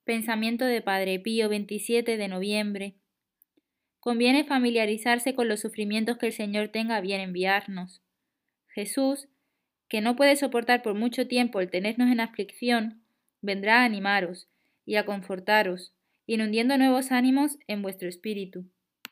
Pensamiento de Padre Pío, 27 de noviembre. Conviene familiarizarse con los sufrimientos que el Señor tenga a bien enviarnos. Jesús, que no puede soportar por mucho tiempo el tenernos en aflicción, vendrá a animaros y a confortaros, inundiendo nuevos ánimos en vuestro espíritu.